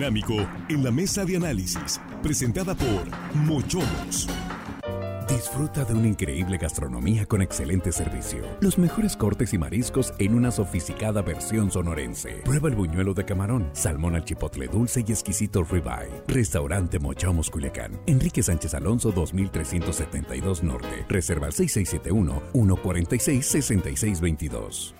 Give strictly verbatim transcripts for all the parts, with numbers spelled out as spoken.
dinámico en la mesa de análisis, presentada por Mochomos. Disfruta de una increíble gastronomía con excelente servicio. Los mejores cortes y mariscos en una sofisticada versión sonorense. Prueba el buñuelo de camarón, salmón al chipotle dulce y exquisito ribeye. Restaurante Mochomos Culiacán. Enrique Sánchez Alonso dos mil trescientos setenta y dos Norte. Reserva al seis seis siete uno, uno cuatro seis, seis seis dos dos.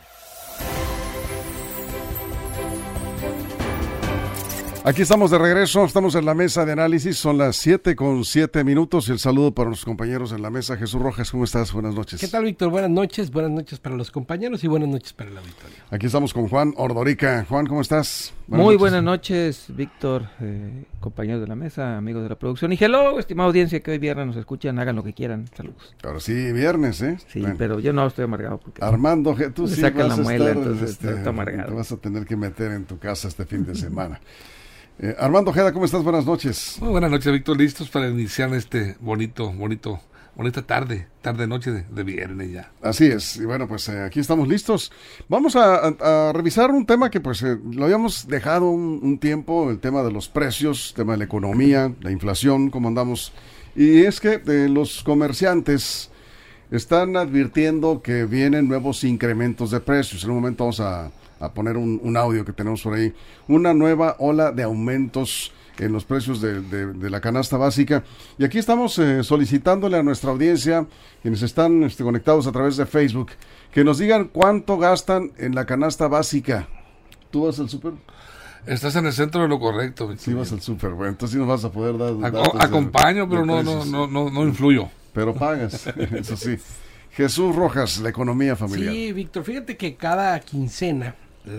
Aquí estamos de regreso, estamos en la mesa de análisis, son las siete con siete minutos y el saludo para los compañeros en la mesa. Jesús Rojas, ¿cómo estás? Buenas noches. ¿Qué tal, Víctor? Buenas noches, buenas noches para los compañeros y buenas noches para el auditorio. Aquí estamos con Juan Ordorica. Juan, ¿cómo estás? Buenas Muy noches. Buenas noches, Víctor, eh, compañeros de la mesa, amigos de la producción. Y hello, estimada audiencia que hoy viernes nos escuchan, hagan lo que quieran, saludos. Ahora sí, viernes, ¿eh? Sí, bueno. Pero yo no estoy amargado. Porque Armando, tú sí vas la a muela, estar, entonces este, estoy amargado. Te vas a tener que meter en tu casa este fin de semana. Eh, Armando Ojeda, ¿cómo estás? Buenas noches. Muy buenas noches, Víctor. Listos para iniciar este bonito, bonito, bonita tarde, tarde noche de, de viernes ya. Así es. Y bueno, pues eh, aquí estamos listos. Vamos a, a, a revisar un tema que pues eh, lo habíamos dejado un, un tiempo, el tema de los precios, el tema de la economía, la inflación, cómo andamos. Y es que eh, los comerciantes están advirtiendo que vienen nuevos incrementos de precios. En un momento vamos a a poner un, un audio que tenemos por ahí, una nueva ola de aumentos en los precios de, de, de la canasta básica. Y aquí estamos eh, solicitándole a nuestra audiencia, quienes están este, conectados a través de Facebook, que nos digan cuánto gastan en la canasta básica. ¿Tú vas al súper? Estás en el centro de lo correcto, Víctor. Sí, vas al súper, bueno, entonces sí nos vas a poder dar Ac- datos Acompaño, de, pero de no, no, no, no, no influyo. Pero pagas, eso sí. Jesús Rojas, la economía familiar. Sí, Víctor, fíjate que cada quincena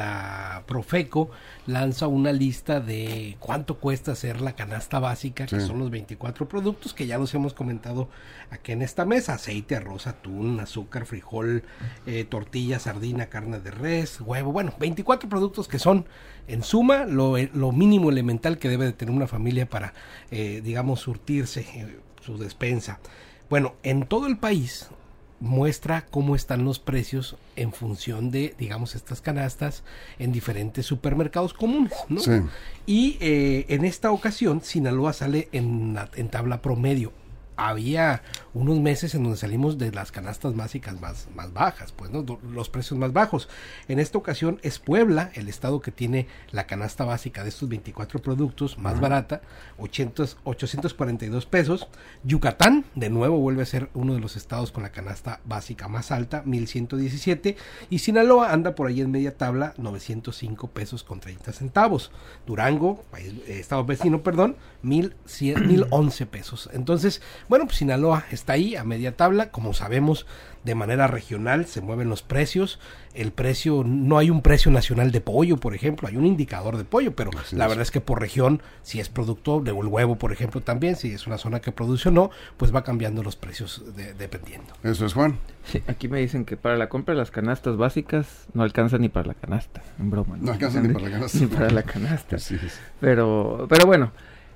la Profeco lanza una lista de cuánto cuesta hacer la canasta básica, sí, que son los veinticuatro productos que ya los hemos comentado aquí en esta mesa: aceite, arroz, atún, azúcar, frijol, eh, tortilla, sardina, carne de res, huevo. Bueno, veinticuatro productos que son en suma lo, lo mínimo elemental que debe de tener una familia para, eh, digamos, surtirse eh, su despensa. Bueno, en todo el país muestra cómo están los precios en función de, digamos, estas canastas en diferentes supermercados comunes, ¿no? Sí. Y eh, en esta ocasión Sinaloa sale en, en tabla promedio. Había unos meses en donde salimos de las canastas básicas más, más bajas, pues, ¿no? Los precios más bajos. En esta ocasión es Puebla, el estado que tiene la canasta básica de estos veinticuatro productos más uh-huh. barata, ochocientos cuarenta y dos pesos. Yucatán, de nuevo, vuelve a ser uno de los estados con la canasta básica más alta, mil ciento diecisiete. Y Sinaloa anda por ahí en media tabla, novecientos cinco pesos con treinta centavos. Durango, país, eh, estado vecino, perdón, mil once pesos. Entonces, bueno, pues Sinaloa está ahí a media tabla. Como sabemos, de manera regional se mueven los precios. El precio, no hay un precio nacional de pollo, por ejemplo, hay un indicador de pollo, pero Así la es. verdad es que por región, si es producto de un huevo, por ejemplo, también, si es una zona que produce o no, pues va cambiando los precios de, dependiendo. Eso es, Juan. Sí, aquí me dicen que para la compra de las canastas básicas no alcanza ni para la canasta, en broma. No, no alcanza ni para la canasta. Ni para la canasta. Así es. Pero, pero bueno,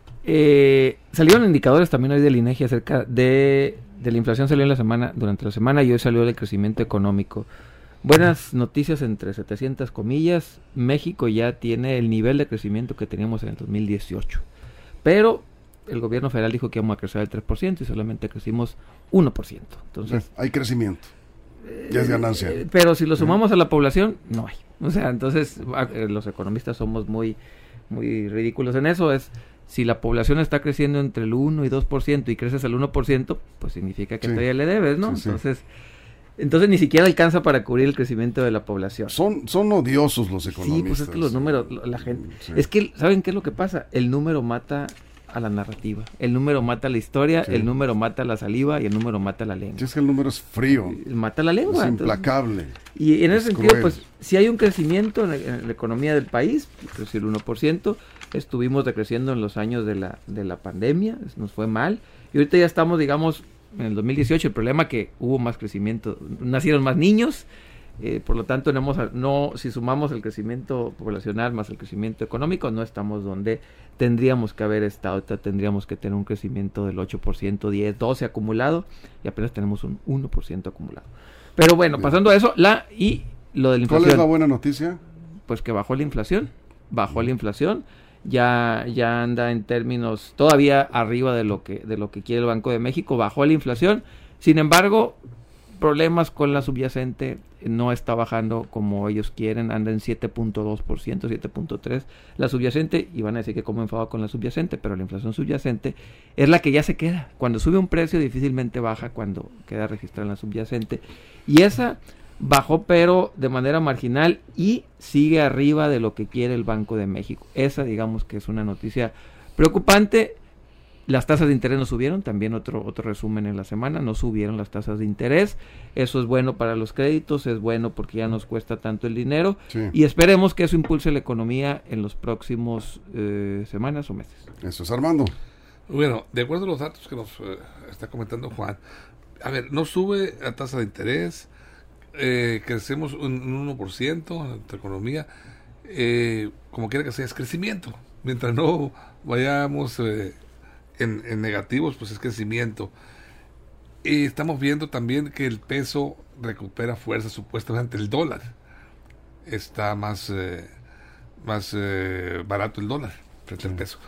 eh, salieron indicadores también hoy del INEGI acerca de, de la inflación. Salió en la semana, durante la semana, y hoy salió el crecimiento económico. Buenas noticias entre setecientas comillas. México ya tiene el nivel de crecimiento que teníamos en el dos mil dieciocho. Pero el gobierno federal dijo que íbamos a crecer el tres por ciento y solamente crecimos uno por ciento. Entonces, sí, hay crecimiento. Ya es ganancia. Eh, pero si lo sumamos a la población, no hay. O sea, entonces eh, los economistas somos muy, muy ridículos en eso. Es si la población está creciendo entre el uno y dos por ciento y creces al uno por ciento, pues significa que sí. todavía le debes, ¿no? Sí, sí. Entonces... Entonces ni siquiera alcanza para cubrir el crecimiento de la población. Son son odiosos los economistas. Sí, pues es que los números, la gente... Sí. Es que, ¿saben qué es lo que pasa? El número mata a la narrativa. El número mata la historia, sí. el número mata la saliva y el número mata la lengua. Sí, es que el número es frío. Mata la lengua. Es implacable. Entonces, y en ese es sentido, cruel. pues, si hay un crecimiento en la, en la economía del país, creció el uno por ciento, estuvimos decreciendo en los años de la, de la pandemia, nos fue mal, y ahorita ya estamos, digamos... En el dos mil dieciocho el problema que hubo más crecimiento, nacieron más niños, eh, por lo tanto no, hemos, no si sumamos el crecimiento poblacional más el crecimiento económico, no estamos donde tendríamos que haber estado. Ahorita tendríamos que tener un crecimiento del ocho por ciento, diez, doce acumulado, y apenas tenemos un uno por ciento acumulado. Pero bueno, pasando a eso, la y lo de la inflación. ¿Cuál es la buena noticia? Pues que bajó la inflación, bajó la inflación. ya, ya anda en términos todavía arriba de lo que, de lo que quiere el Banco de México, bajó la inflación, sin embargo, problemas con la subyacente, no está bajando como ellos quieren, anda en siete punto dos por ciento, siete punto tres por ciento la subyacente, y van a decir que como enfadado con la subyacente, pero la inflación subyacente es la que ya se queda. Cuando sube un precio difícilmente baja cuando queda registrada en la subyacente, y esa bajó pero de manera marginal y sigue arriba de lo que quiere el Banco de México. Esa digamos que es una noticia preocupante. Las tasas de interés no subieron, también otro otro resumen en la semana, no subieron las tasas de interés, eso es bueno para los créditos, es bueno porque ya nos cuesta tanto el dinero, Sí. y esperemos que eso impulse la economía en los próximos eh, semanas o meses. Eso es Armando. Bueno, de acuerdo a los datos que nos eh, está comentando Juan, a ver, no sube la tasa de interés, eh, crecemos un, un uno por ciento en nuestra economía, eh, como quiera que sea, es crecimiento, mientras no vayamos... Eh, En, en negativos, pues es crecimiento. Y estamos viendo también que el peso recupera fuerza supuestamente el dólar. Está más, eh, más eh, barato el dólar frente al peso.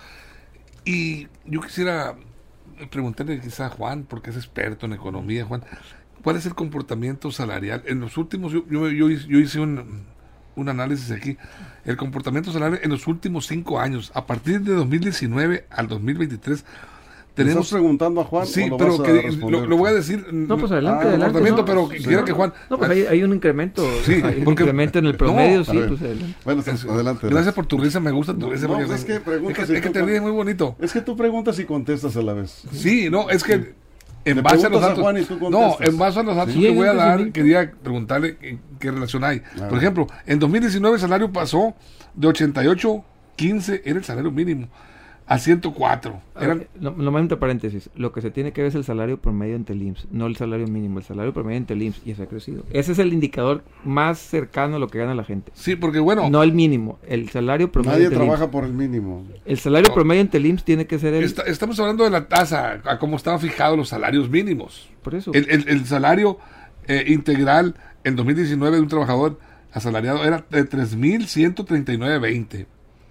Y yo quisiera preguntarle quizá a Juan, porque es experto en economía, Juan, ¿cuál es el comportamiento salarial? En los últimos, yo, yo, yo, yo hice un, un análisis aquí, el comportamiento salarial en los últimos cinco años, a partir de dos mil diecinueve al dos mil veintitrés, ¿Le tenemos... estás preguntando a Juan Sí, o lo pero vas a que, responder? lo, lo voy a decir. No, pues adelante, Ah, adelante. comportamiento, no, pero sí, quisiera no, que Juan... No, pues hay, hay un incremento, Sí, hay un porque- incremento en el No, promedio, a sí, ver. pues adelante. Bueno, sí, adelante. Gracias por tu risa, me gusta tu No, risa. no, porque pues es que preguntas es que, y es que tú te con- ríes muy bonito. Es que tú preguntas y contestas a la vez. Sí, no, es que en Le base a los preguntas a datos... Juan y tú no, contestas. en base a los datos Sí, que hay voy a un dar, crecimiento. quería preguntarle qué, qué relación hay. A ver. Por ejemplo, en dos mil diecinueve el salario pasó de ochenta y ocho, quince, era el salario mínimo, a ciento cuatro. A Eran, ver, no, nomás entre paréntesis, lo que se tiene que ver es el salario promedio ante el I M S S, no el salario mínimo, el salario promedio ante el I M S S, y ese ha crecido. Ese es el indicador más cercano a lo que gana la gente. sí, porque bueno, No el mínimo, el salario promedio Nadie ante el I M S trabaja por el mínimo. S. El salario No. promedio ante el I M S S tiene que ser el... está- estamos hablando de la tasa, a cómo estaban fijados los salarios mínimos. Por eso. El, el, el salario eh, integral en dos mil diecinueve de un trabajador asalariado era de tres mil ciento treinta y nueve punto veinte.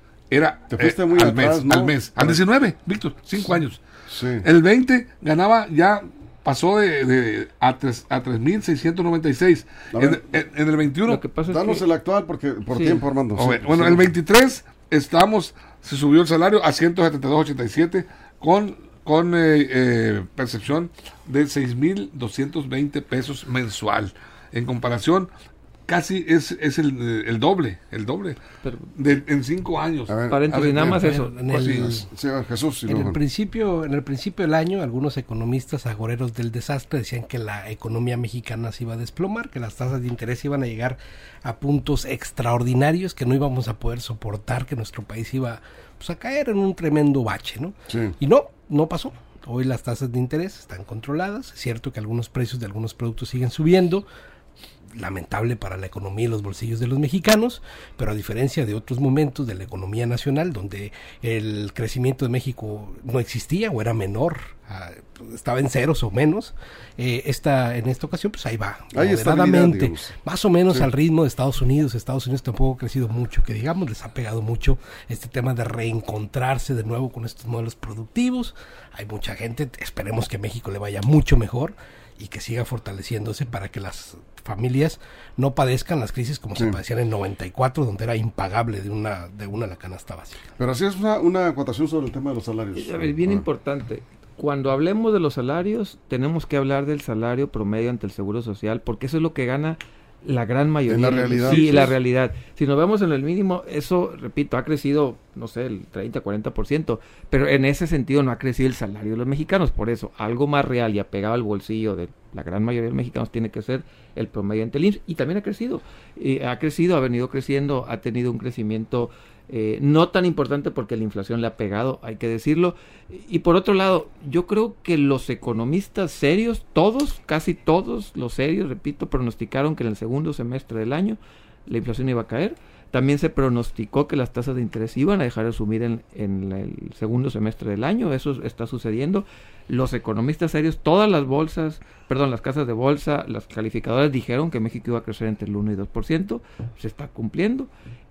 Era Te fuiste eh, muy al atrás, mes, ¿no? al mes, al diecinueve, Víctor, cinco años. Sí. El veinte ganaba ya, pasó de, de a, tres, a tres mil seiscientos noventa y seis. A En, ver. en- en el veintiuno, Lo que pasa es Danos que... el actual porque por Sí. tiempo, Armando. oh, Sí, bueno, bueno, sí. el veintitrés estamos, se subió el salario a ciento setenta y dos punto ochenta y siete con, con eh, eh, percepción de seis mil doscientos veinte pesos mensual. En comparación, casi es, es el, eh, el doble, el doble pero- de, en cinco años. A ver, paréntesis, a ver, nada a más ver, eso. en pues el- sí. Sí, Jesús. y En luego- el principio, en el principio del año, algunos economistas agoreros del desastre decían que la economía mexicana se iba a desplomar, que las tasas de interés iban a llegar a puntos extraordinarios, que no íbamos a poder soportar, que nuestro país iba pues, a caer en un tremendo bache, ¿no? Sí. Y no, no pasó. Hoy las tasas de interés están controladas. Es cierto que algunos precios de algunos productos siguen subiendo, lamentable para la economía y los bolsillos de los mexicanos, pero a diferencia de otros momentos de la economía nacional donde el crecimiento de México no existía o era menor, ah, estaba en ceros o menos, eh, esta, en esta ocasión pues ahí va, Hay estabilidad, moderadamente, digamos. más o menos Sí. al ritmo de Estados Unidos. Estados Unidos tampoco ha crecido mucho, que digamos, les ha pegado mucho este tema de reencontrarse de nuevo con estos modelos productivos. Hay mucha gente, esperemos que a México le vaya mucho mejor y que siga fortaleciéndose para que las familias no padezcan las crisis como Sí. se padecían en noventa y cuatro, donde era impagable de una de una la canasta básica. Pero así es una, una acotación sobre el tema de los salarios. A ver, bien A ver. importante. Cuando hablemos de los salarios, tenemos que hablar del salario promedio ante el Seguro Social, porque eso es lo que gana la gran mayoría. En la realidad. Sí, Sí. la realidad. Si nos vemos en el mínimo, eso, repito, ha crecido, no sé, el treinta, cuarenta por ciento, pero en ese sentido no ha crecido el salario de los mexicanos. Por eso, algo más real y apegado al bolsillo de la gran mayoría de los mexicanos tiene que ser el promedio ante el I M S S. Y también ha crecido. Eh, ha crecido, ha venido creciendo, ha tenido un crecimiento eh, no tan importante porque la inflación le ha pegado, hay que decirlo. Y por otro lado, yo creo que los economistas serios, todos, casi todos los serios, repito, pronosticaron que en el segundo semestre del año la inflación iba a caer. También se pronosticó que las tasas de interés iban a dejar de subir en, en la- el segundo semestre del año. Eso está sucediendo. Los economistas serios, todas las bolsas, perdón, las casas de bolsa, las calificadoras dijeron que México iba a crecer entre el uno y dos por ciento. Se está cumpliendo.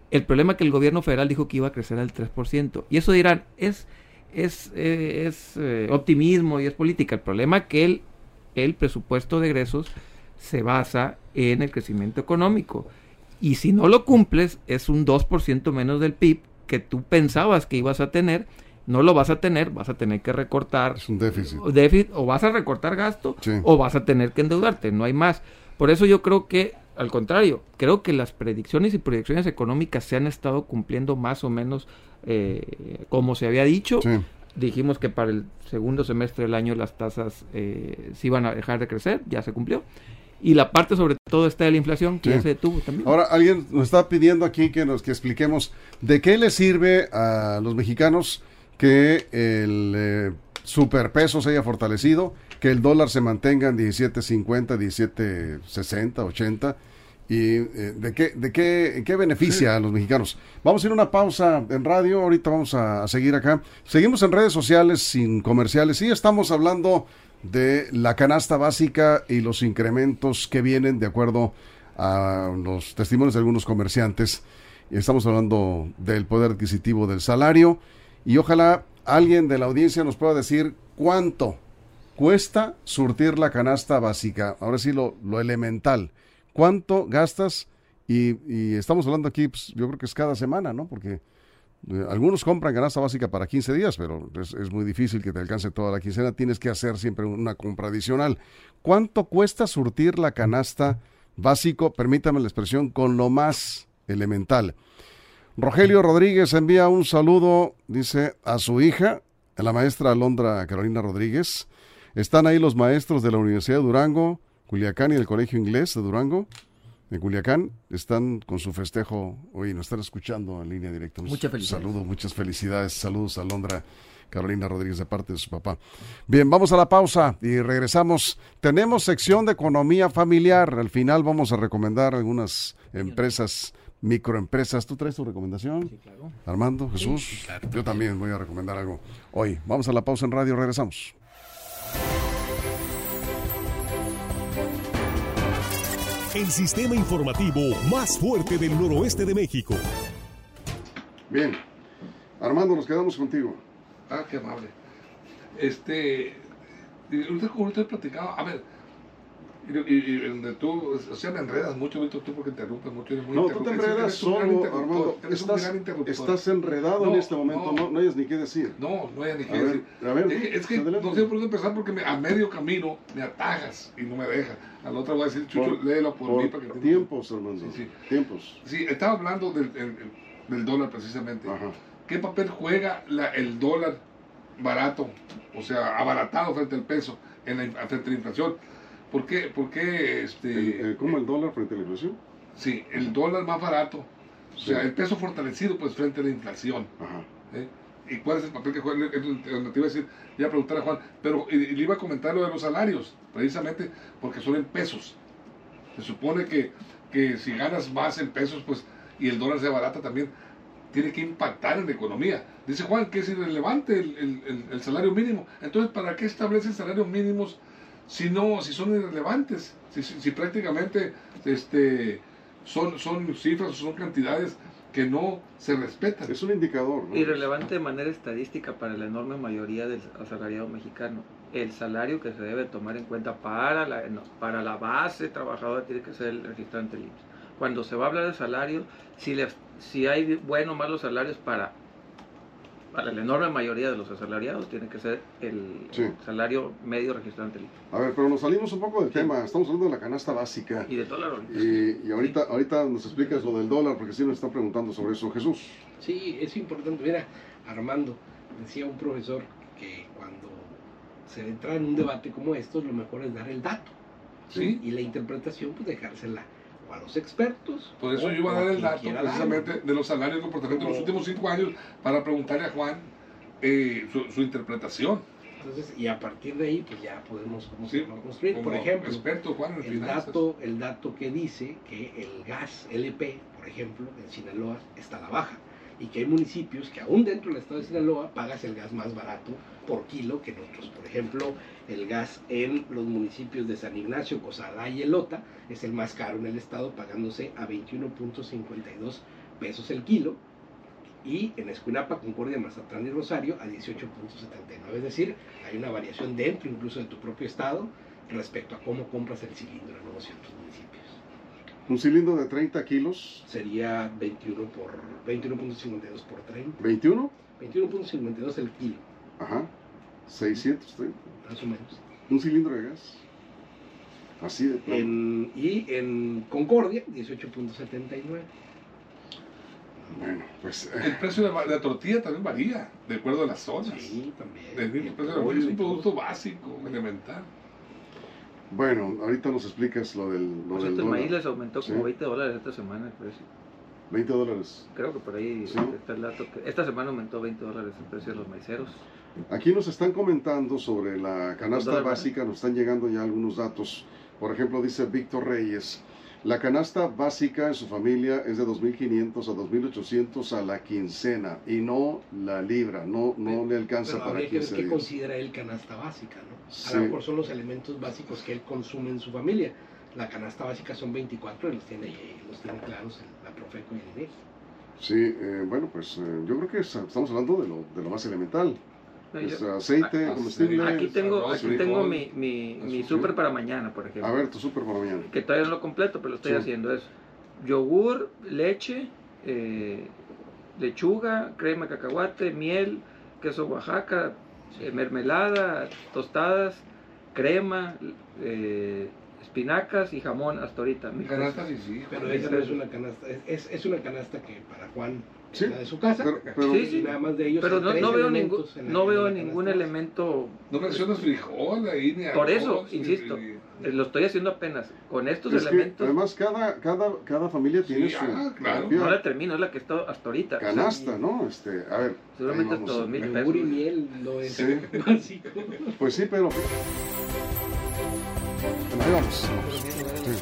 El problema es que el gobierno federal dijo que iba a crecer al tres por ciento. Y eso dirán, es, es, eh, es eh, optimismo y es política. El problema es que el, el presupuesto de egresos se basa en el crecimiento económico. Y si no lo cumples, es un dos por ciento menos del P I B que tú pensabas que ibas a tener. No lo vas a tener, vas a tener que recortar. Es un déficit. O, déficit, o vas a recortar gasto, sí. o vas a tener que endeudarte, no hay más. Por eso yo creo que, al contrario, creo que las predicciones y proyecciones económicas se han estado cumpliendo más o menos eh, como se había dicho. Sí. Dijimos que para el segundo semestre del año las tasas eh, se iban a dejar de crecer, ya se cumplió. Y la parte sobre todo está de la inflación, que sí. ya se detuvo también. Ahora, alguien nos está pidiendo aquí que nos que expliquemos de qué le sirve a los mexicanos que el eh, superpeso se haya fortalecido, que el dólar se mantenga en diecisiete cincuenta, diecisiete sesenta, ochenta, y eh, de qué de qué qué beneficia sí. a los mexicanos. Vamos a ir a una pausa en radio, ahorita vamos a, a seguir acá. Seguimos en redes sociales sin comerciales y estamos hablando de la canasta básica y los incrementos que vienen de acuerdo a los testimonios de algunos comerciantes. Y estamos hablando del poder adquisitivo del salario. Y ojalá alguien de la audiencia nos pueda decir cuánto cuesta surtir la canasta básica. Ahora sí, lo, lo elemental. ¿Cuánto gastas? Y, y estamos hablando aquí, pues, yo creo que es cada semana, ¿no? Porque eh, algunos compran canasta básica para quince días, pero es, es muy difícil que te alcance toda la quincena. Tienes que hacer siempre una compra adicional. ¿Cuánto cuesta surtir la canasta básico? Permítame la expresión, con lo más elemental. Rogelio Rodríguez envía un saludo, dice, a su hija, a la maestra Alondra Carolina Rodríguez. Están ahí los maestros de la Universidad de Durango, Culiacán y el Colegio Inglés de Durango, de Culiacán. Están con su festejo hoy, nos están escuchando en línea directa. Muchas felicidades. Saludos, muchas felicidades. Saludos a Alondra Carolina Rodríguez de parte de su papá. Bien, vamos a la pausa y regresamos. Tenemos sección de economía familiar. Al final vamos a recomendar algunas empresas, microempresas. ¿Tú traes tu recomendación? Sí, claro. Armando, Jesús. Sí, claro. Yo también voy a recomendar algo hoy. Vamos a la pausa en radio, regresamos. El sistema informativo más fuerte del noroeste de México. Bien. Armando, nos quedamos contigo. Ah, qué amable. Este, usted como usted platicaba, a ver, y, y, y donde tú, o sea, me enredas mucho, Víctor, tú porque interrumpes mucho, eres muy No, tú te enredas solo, Armando. Estás, estás enredado no, en este momento, no, no, no hayas ni qué decir. No, no hayas ni qué a decir. Ver, a ver, es que, es que no sé por dónde empezar porque me, a medio camino me atajas y no me dejas. A la otra voy a decir, Chucho, por, léelo por, por mí. Para que tiempos, Armando. Sí, sí. Tiempos. Sí, estaba hablando del, el, del dólar precisamente. Ajá. ¿ ¿Qué papel juega la, el dólar barato, o sea, abaratado frente al peso, en la, frente a la inflación? ¿Por qué? ¿Por qué este, el, el, ¿Cómo el dólar frente a la inflación? Sí, el dólar más barato, o sea, sí. el peso fortalecido pues frente a la inflación. Ajá. ¿Eh? ¿Y cuál es el papel que juega? Es lo que te iba a decir, iba a preguntar a Juan, pero y, y le iba a comentar lo de los salarios, precisamente porque son en pesos. Se supone que, que si ganas más en pesos, pues, y el dólar se abarata también, tiene que impactar en la economía. Dice Juan que es irrelevante el, el, el, el salario mínimo. Entonces, ¿para qué establecen salarios mínimos si no, si son irrelevantes? Si, si, si prácticamente este, son, son cifras, son cantidades que no se respetan. Es un indicador, ¿no? Irrelevante de manera estadística para la enorme mayoría del asalariado mexicano. El salario que se debe tomar en cuenta para la, no, para la base trabajadora tiene que ser el registrante I M S S. Cuando se va a hablar de salario, si, le, si hay bueno o malos salarios para, para la enorme mayoría de los asalariados, tiene que ser el, sí. el salario medio registrante I M S S. A ver, pero nos salimos un poco del sí. tema. Estamos hablando de la canasta básica. Y de dólar. Y, y ahorita, sí. ahorita nos explicas lo del dólar, porque sí nos están preguntando sobre eso. Jesús. Sí, es importante. Mira, Armando, decía un profesor que cuando se entra en un debate como estos, lo mejor es dar el dato. ¿Sí? Y la interpretación, pues dejársela o a los expertos. Por eso yo iba a dar el dato precisamente darlo. de los salarios de comportamiento de los últimos cinco años para preguntarle a Juan eh, su, su interpretación. Entonces, y a partir de ahí, pues ya podemos ¿cómo sí, construir. como por ejemplo, experto, Juan, en el, dato, el dato que dice que el gas L P, por ejemplo, en Sinaloa está a la baja. Y que hay municipios que aún dentro del estado de Sinaloa pagas el gas más barato por kilo que en otros. Por ejemplo, el gas en los municipios de San Ignacio, Cozalá y Elota es el más caro en el estado, pagándose a veintiuno punto cincuenta y dos pesos el kilo, y en Escuinapa, Concordia, Mazatlán y Rosario a dieciocho punto setenta y nueve. Es decir, hay una variación dentro incluso de tu propio estado respecto a cómo compras el cilindro en los ciertos municipios. Un cilindro de treinta kilos. Sería veintiuno por veintiuno punto cincuenta y dos por treinta. ¿veintiuno? veintiuno punto cincuenta y dos el kilo. Ajá. seiscientos treinta. Más o menos. Un cilindro de gas. Así de plano. En, y en Concordia, dieciocho punto setenta y nueve. Bueno, pues... El precio de la, de la tortilla también varía, de acuerdo a las zonas. Sí, también. El mismo precio de la tortilla es un producto básico, elemental. Bueno, ahorita nos explicas lo del, lo Por del cierto, el maíz dólar. les aumentó como Sí. veinte dólares esta semana el precio. veinte dólares. Creo que por ahí Sí. está el dato. Que esta semana aumentó veinte dólares el precio de los maiceros. Aquí nos están comentando sobre la canasta dólar básica, nos están llegando ya algunos datos. Por ejemplo, dice Víctor Reyes, la canasta básica en su familia es de dos mil quinientos a dos mil ochocientos a la quincena y no la libra, no, no le alcanza Pero para habría que ver quince qué días. considera él canasta básica, ¿no? A Sí. lo mejor son los elementos básicos que él consume en su familia. La canasta básica son veinticuatro y los tiene, los tiene claros en la Profeco y el I N E G. Sí, eh, bueno, pues eh, yo creo que es- estamos hablando de lo, de lo más elemental. No, Es yo- aceite, Ah, comestible. aquí tengo, arroz, aquí frijol, tengo mi, mi, mi azúcar. súper para mañana, por ejemplo. A ver, tu súper para mañana. Que todavía no lo completo, pero lo estoy Sí. haciendo. Es yogur, leche, eh, lechuga, crema de cacahuate, miel, queso Oaxaca, eh, mermelada, tostadas, crema, eh, espinacas y jamón hasta ahorita. mil pesos. Canastas y sí. Pero esa no es una canasta, es, es, es una canasta que para Juan es Sí, la de su casa. pero- pero- Sí, sí. Y nada más de ellos. Pero hay no, tres no veo, ningún, elementos en la- no en veo la ningún canasta elemento. No mencionas frijol ahí ni Por eso, arroz, insisto, ni- eh, lo estoy haciendo apenas. Con estos Es que, elementos además, cada, cada, cada familia tiene Sí, su ah, claro. propia no la termino, es la que está hasta ahorita. O sea, canasta, ¿no? Este, a ver, Seguramente ahí hasta vamos. dos mil Yogur y pesos. miel no es Sí. básico. Pues sí, pero... Ahí vamos. Sí.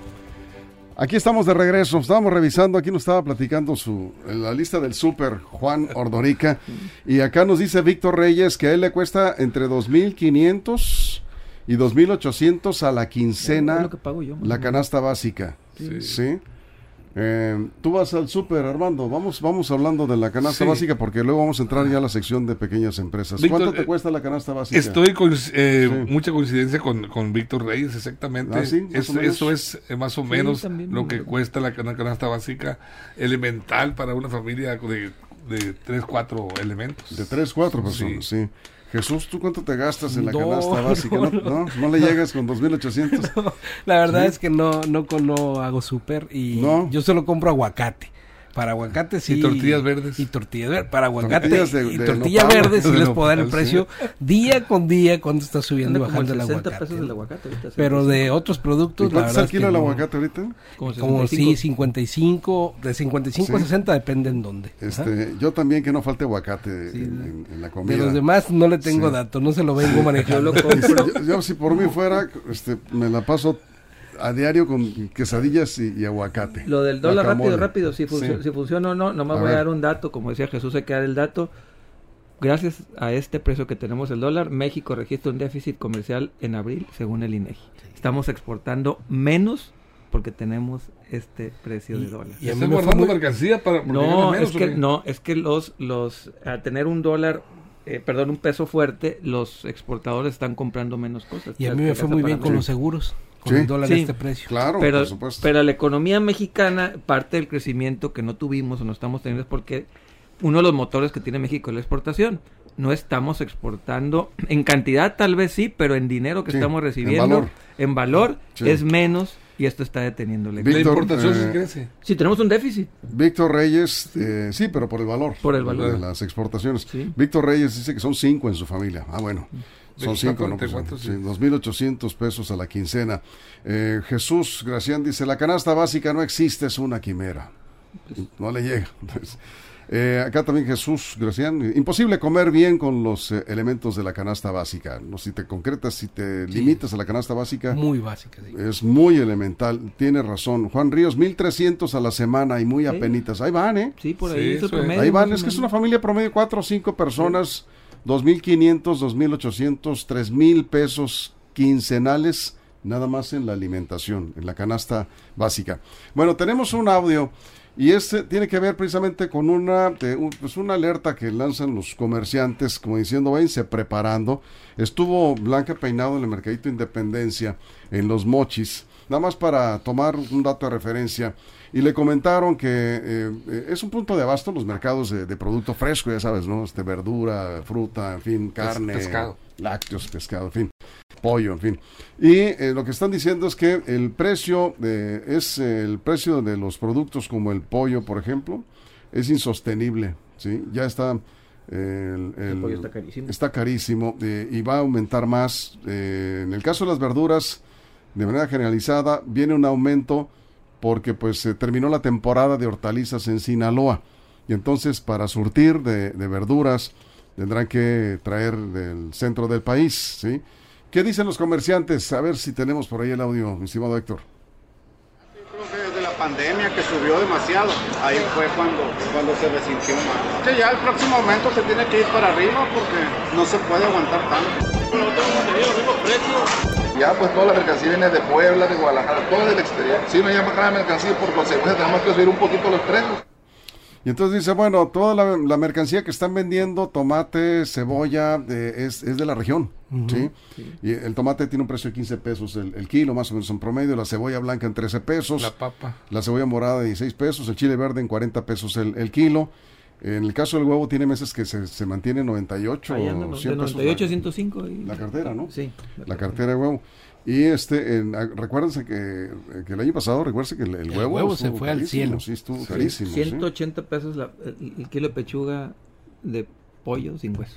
Aquí estamos de regreso, estábamos revisando, aquí nos estaba platicando su, la lista del súper, Juan Ordorica, y acá nos dice Víctor Reyes que a él le cuesta entre dos mil quinientos y dos mil ochocientos a la Es quincena lo que pago yo, más o la menos. canasta básica. Sí. ¿Sí? Eh, tú vas al súper, Armando, vamos, vamos hablando de la canasta Sí. básica porque luego vamos a entrar ya a la sección de pequeñas empresas. Víctor, ¿Cuánto te eh, cuesta la canasta básica? Estoy con eh, Sí. mucha coincidencia con, con Víctor Reyes, exactamente. Ah, sí, más Es- o menos. eso es eh, más o Sí, menos también, lo más o que menos. cuesta la cana- canasta básica elemental para una familia de, de tres, cuatro elementos. De tres, cuatro Sí. personas, sí. Jesús, ¿tú cuánto te gastas en la No, canasta básica? ¿No, no, no, no le llegas con dos mil ochocientos? La verdad ¿Sí? es que no, no, con- no hago súper y No. yo solo compro aguacate. Para aguacate sí. Y tortillas verdes. Y tortillas verdes. Para aguacate Tortillas de- y de tortilla nopal. verde sí De les puedo dar el nopal, precio día con día cuando está subiendo y Anda como bajando el en sesenta aguacate. pesos el aguacate ahorita. Pero sesenta y de cinco. otros ¿Y productos, la cuánto verdad está el es que kilo del no. aguacate ahorita? Como Como sesenta y cinco. sí, cincuenta y cinco, de cincuenta y cinco a Sí. sesenta depende en dónde. Ajá. Este, yo también que no falte aguacate Sí, en, de- en- en la De comida. los demás no le tengo Sí. datos, no se lo vengo Yo manejando. lo compro. Yo, yo si por mí fuera, este, me la paso a diario con quesadillas y, y aguacate. Lo del dólar rápido, Guacamole. rápido, si, funcio- Sí. si funciona o no, nomás A voy a ver. dar un dato, como decía Jesús, hay que dar el dato. Gracias a este precio que tenemos el dólar, México registra un déficit comercial en abril, según el I N E G I. Estamos exportando menos porque tenemos este precio de dólar. Y a mí ¿Estás me fue guardando muy- mercancía para porque No, gana menos, es que ¿o qué? no, es que los los a tener un dólar, eh, perdón, un peso fuerte, los exportadores están comprando menos cosas. Y a Ya mí me alcanza fue muy para bien con menos. los seguros, con Sí. el dólar Sí. a este precio. Claro, pero, por supuesto. pero la economía mexicana, parte del crecimiento que no tuvimos o no estamos teniendo es porque uno de los motores que tiene México es la exportación. No estamos exportando, en cantidad tal vez sí, pero en dinero que Sí, estamos en recibiendo, valor. en valor, Sí. es menos y esto está deteniendo la Víctor, La economía. importación sí eh, crece. Si tenemos un déficit, Víctor Reyes, eh, sí, pero por el valor. Por el valor. De las exportaciones. Sí. Víctor Reyes dice que son cinco en su familia. Ah, bueno. Son cinco, ¿no? Pues, veinticuatro, sí, sí. dos mil ochocientos pesos a la quincena. Eh, Jesús Gracián dice, la canasta básica no existe, es una quimera. No le llega. Entonces, eh, acá también Jesús Gracián, imposible comer bien con los eh, elementos de la canasta básica. No, si te concretas, si te limitas a la canasta básica, Muy básica, sí. es muy elemental. Tiene razón. Juan Ríos, mil trescientos a la semana y muy Sí. apenitas. Ahí van, ¿eh? sí, por Sí, ahí es el eso es. promedio. Ahí van, más es o que es menos. una familia promedio, cuatro o cinco personas, dos mil quinientos, dos mil ochocientos, tres mil pesos quincenales, nada más en la alimentación, en la canasta básica. Bueno, tenemos un audio Y este tiene que ver precisamente con una, de, un, pues una alerta que lanzan los comerciantes, como diciendo, váyanse preparando. Estuvo Blanca Peinado en el Mercadito Independencia, en Los Mochis, nada más para tomar un dato de referencia. Y le comentaron que eh, es un punto de abasto los mercados de, de producto fresco, ya sabes, ¿no? Este, verdura, fruta, en fin, carne, pescado, lácteos, pescado, en fin, pollo, en fin. Y eh, lo que están diciendo es que el precio de, es eh, el precio de los productos como el pollo, por ejemplo, es insostenible, ¿sí? Ya está eh, el, el, el pollo está carísimo, está carísimo eh, y va a aumentar más. Eh, en el caso de las verduras, de manera generalizada, viene un aumento porque pues se terminó la temporada de hortalizas en Sinaloa y entonces para surtir de, de verduras tendrán que traer del centro del país, ¿sí? ¿Qué dicen los comerciantes? A ver si tenemos por ahí el audio, mi estimado Héctor. Yo creo que desde la pandemia que subió demasiado, ahí fue cuando, cuando se resintió más. Que ya el próximo momento se tiene que ir para arriba porque no se puede aguantar tanto. Pero no hemos tenido los mismos precios. Ya pues toda la mercancía viene de Puebla, de Guadalajara, todo del exterior. Si no hay más cara de mercancía, por consecuencia tenemos que subir un poquito los precios. Y entonces dice, bueno, toda la, la mercancía que están vendiendo, tomate, cebolla, de, es, es de la región, uh-huh. ¿sí? Sí. Y el tomate tiene un precio de quince pesos el, el kilo, más o menos en promedio, la cebolla blanca en trece pesos. La papa. La cebolla morada de dieciséis pesos, el chile verde en cuarenta pesos el, el kilo. En el caso del huevo tiene meses que se, se mantiene noventa y ocho, anda, cien de noventa y ocho a ciento cinco. Y... La cartera, ¿no? Sí. La, la cartera de huevo. Y este, en, recuérdense que, que el año pasado, recuérdense que el, el, el huevo, huevo se fue al cielo. Sí, estuvo sí, carísimo. ciento ochenta ¿sí? pesos la, el, el kilo de pechuga de pollo sin hueso.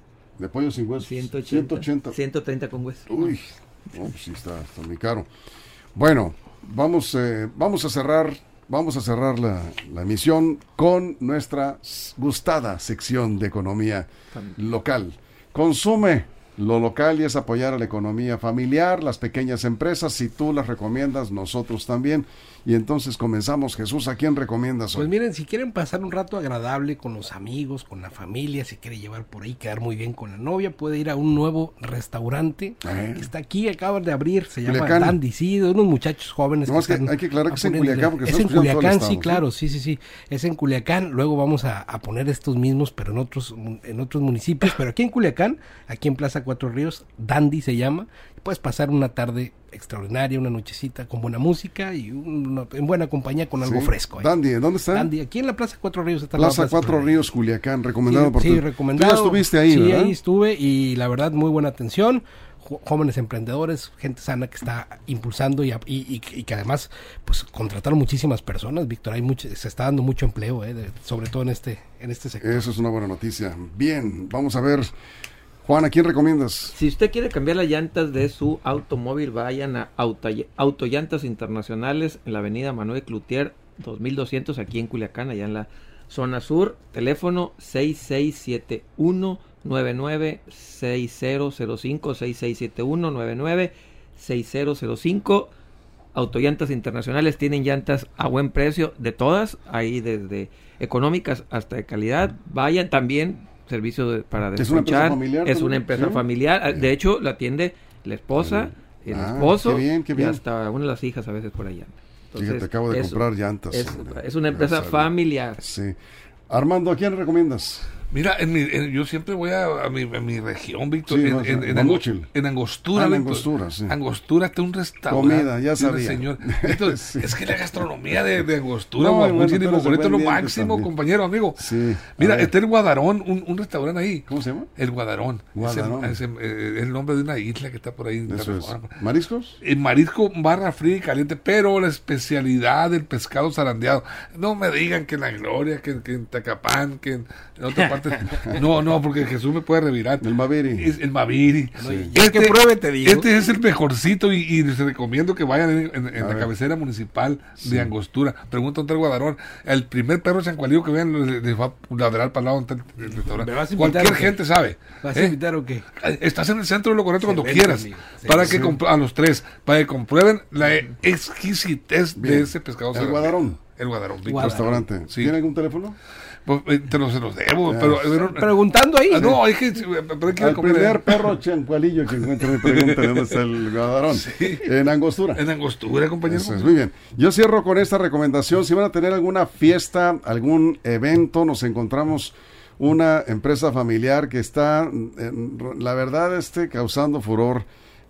De pollo sin hueso. ciento ochenta. ciento ochenta. ciento treinta con hueso. Uy, no, pues sí está, está muy caro. Bueno, vamos, eh, vamos a cerrar, vamos a cerrar la, la emisión con nuestra gustada sección de economía local. Consume lo local y es apoyar a la economía familiar, las pequeñas empresas. Si tú las recomiendas, nosotros también. Y entonces comenzamos. Jesús, ¿a quién recomiendas hoy? Pues miren, si quieren pasar un rato agradable con los amigos, con la familia, si quiere llevar por ahí, quedar muy bien con la novia, puede ir a un nuevo restaurante ¿Eh? que está aquí, acaban de abrir, se llama Culiacán. Dandy, sí, de unos muchachos jóvenes. No, que es que están hay que aclarar que es en Culiacán, porque es en Culiacán, estado, sí, ¿sí? claro, sí, sí, sí, es en Culiacán. Luego vamos a, a poner estos mismos, pero en otros, en otros municipios, pero aquí en Culiacán, aquí en Plaza Cuatro Ríos, Dandy se llama. Puedes pasar una tarde extraordinaria, una nochecita con buena música y una, en buena compañía con algo sí. fresco. ¿eh? Dandy, ¿dónde está? Dandy, aquí en la Plaza Cuatro Ríos está. Plaza, Plaza Cuatro Ríos, Culiacán, recomendado sí, por sí, tu... recomendado. Tú ya estuviste ahí, sí, ¿verdad? ahí estuve y la verdad muy buena atención. Jóvenes emprendedores, gente sana que está impulsando y, y, y, y que además pues contrataron muchísimas personas, Víctor, hay mucho, se está dando mucho empleo, eh, de, sobre todo en este en este sector. Eso es una buena noticia. Bien, vamos a ver, Juan, ¿a quién recomiendas? Si usted quiere cambiar las llantas de su automóvil, vayan a Auto, Autollantas Internacionales en la avenida Manuel Cloutier dos mil doscientos aquí en Culiacán, allá en la zona sur. Teléfono seis seis siete uno nueve nueve seis cero cero cinco, seis seis siete uno nueve nueve seis cero cero cinco. Autollantas Internacionales tienen llantas a buen precio, de todas, ahí desde económicas hasta de calidad. Vayan también, servicio de, para desconchar. ¿Es una empresa familiar? Es una empresa ¿sí? familiar, de hecho la atiende la esposa, el ah, esposo qué bien, qué bien. y hasta una de las hijas a veces por allá. Entonces, fíjate, acabo de es, comprar llantas. Es, es una empresa familiar. Sí. Armando, ¿a quién recomiendas? Mira, en mi, en, yo siempre voy a, a, mi, a mi región, Víctor, sí, en, no, en, en, Angostura. en Angostura, ah, en Víctor. Angostura, sí. Angostura está un restaurante. Comida, ya sabía. Señor. Víctor, sí. Es que la gastronomía de, de Angostura, no, Guamuchil y bueno, Mocorito es lo máximo, también. compañero, amigo. Sí. Mira, está el Guadarón, un, un restaurante ahí. ¿Cómo se llama? El Guadarón. Guadarón. Es el, es el nombre de una isla que está por ahí. Eso es. ¿Mariscos? El marisco barra fría y caliente, pero la especialidad del pescado zarandeado. No me digan que en La Gloria, que, que en Tacapán, que en, en otra parte. No, no, porque Jesús me puede revirar. El Maviri. Es el Maviri. Sí. Este, que pruebe, te digo. Este es el mejorcito y, y les recomiendo que vayan en, en, en la ver. cabecera municipal sí. de Angostura. Pregunta ante el Guadarón. El primer perro chancualío que vean les, les va a ladrar para el lado del restaurante. Cualquier gente sabe. ¿Vas a invitar o qué? Estás en el centro de lo correcto cuando quieras. Sí, para que sí. a los tres, para que comprueben la exquisitez Bien. de ese pescado. El Guadarón. El Guadarón. Guadarón. Restaurante. Sí. ¿Tiene algún teléfono? Pues, eh, te los, se los debo, Ya. pero... pero- Preguntando ahí. Ah, no, hay que... Pero hay que ir a Al comer, primer eh. perro chancualillo que encuentre me pregunta dónde está el gadarón. En Angostura. En Angostura, compañero. Eso es, muy bien. Yo cierro con esta recomendación. Si van a tener alguna fiesta, algún evento, nos encontramos una empresa familiar que está, en, la verdad, este, causando furor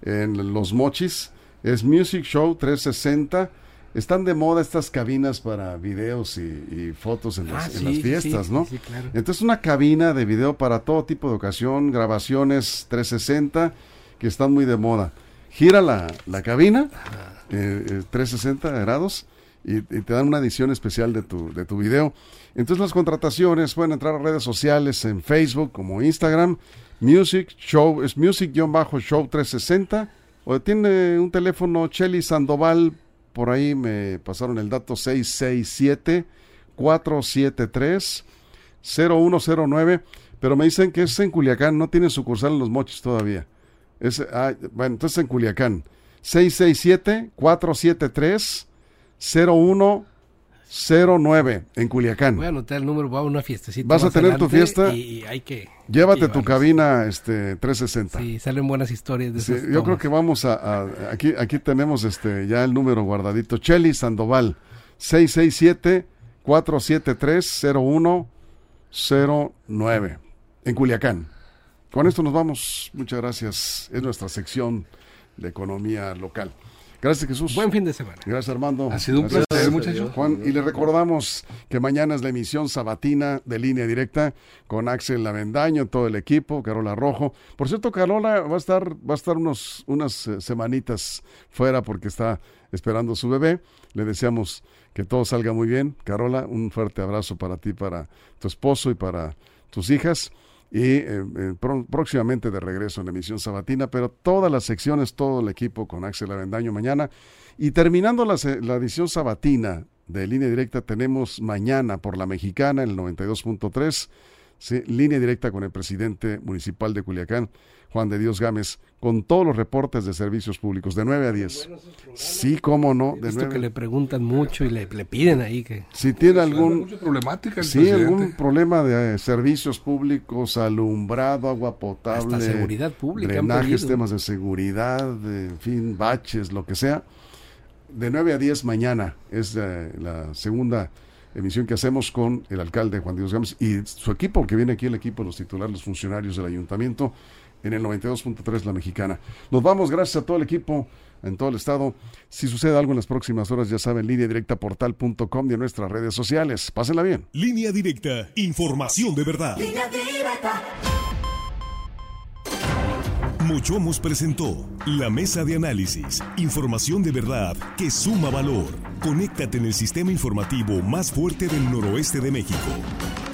en Los Mochis. Es Music Show trescientos sesenta. Están de moda estas cabinas para videos y, y fotos en las, Ah, en sí, las fiestas, sí, ¿no? sí, claro. Entonces una cabina de video para todo tipo de ocasión, grabaciones trescientos sesenta que están muy de moda. Gira la, la cabina, eh, eh, trescientos sesenta grados, y, y te dan una edición especial de tu, de tu video. Entonces las contrataciones pueden entrar a redes sociales en Facebook como Instagram, Music Show, es Music-Show trescientos sesenta, o tiene un teléfono Chely Sandoval, por ahí me pasaron el dato seis seis siete, cuatro siete tres, cero uno cero nueve, pero me dicen que es en Culiacán, no tiene sucursal en Los Mochis todavía. Es, ah, bueno, entonces en Culiacán, seis seis siete, cuatro siete tres, cero uno cero nueve, en Culiacán. Voy a anotar el número, voy a una fiestecita. ¿Vas a más tener tu adelante fiesta? Y hay que... Llévate hay que tu llevarlos. cabina este, trescientos sesenta. Sí, salen buenas historias de Sí, esas yo creo tomas. que vamos a, a- aquí aquí tenemos este ya el número guardadito. Chely Sandoval, seis seis siete, cuatro siete tres, cero uno cero nueve, en Culiacán. Con esto nos vamos. Muchas gracias. Es nuestra sección de economía local. Gracias, Jesús. Buen fin de semana. Gracias, Armando. Ha sido un Gracias, placer, muchachos. Juan, y le recordamos que mañana es la emisión sabatina de Línea Directa con Axel Avendaño, todo el equipo, Carola Rojo. Por cierto, Carola va a estar, va a estar unos, unas eh, semanitas fuera porque está esperando su bebé. Le deseamos que todo salga muy bien. Carola, un fuerte abrazo para ti, para tu esposo y para tus hijas. Y eh, eh, pro- próximamente de regreso en la emisión sabatina, pero todas las secciones, todo el equipo con Axel Avendaño mañana. Y terminando la, se- la edición sabatina de Línea Directa, tenemos mañana por La Mexicana, en el noventa y dos punto tres, sí, Línea Directa con el presidente municipal de Culiacán, Juan de Dios Gámez, con todos los reportes de servicios públicos, de nueve a diez. Sí, cómo no, He de visto que nueve. le preguntan mucho y le, le piden ahí que... Si tiene Hay algún... mucha problemática el Sí, presidente. algún problema de eh, servicios públicos, alumbrado, agua potable, Hasta seguridad pública han drenajes, pedido. temas de seguridad, de, en fin, baches, lo que sea. De nueve a diez mañana es eh, la segunda emisión que hacemos con el alcalde Juan de Dios Gámez y su equipo, que viene aquí el equipo, los titulares, los funcionarios del ayuntamiento, en el noventa y dos punto tres La Mexicana. Nos vamos, gracias a todo el equipo en todo el estado. Si sucede algo en las próximas horas, ya saben, línea directa portal punto com y en nuestras redes sociales. Pásenla bien. Línea Directa, información de verdad. Mochomos presentó la mesa de análisis, información de verdad que suma valor. Conéctate en el sistema informativo más fuerte del noroeste de México.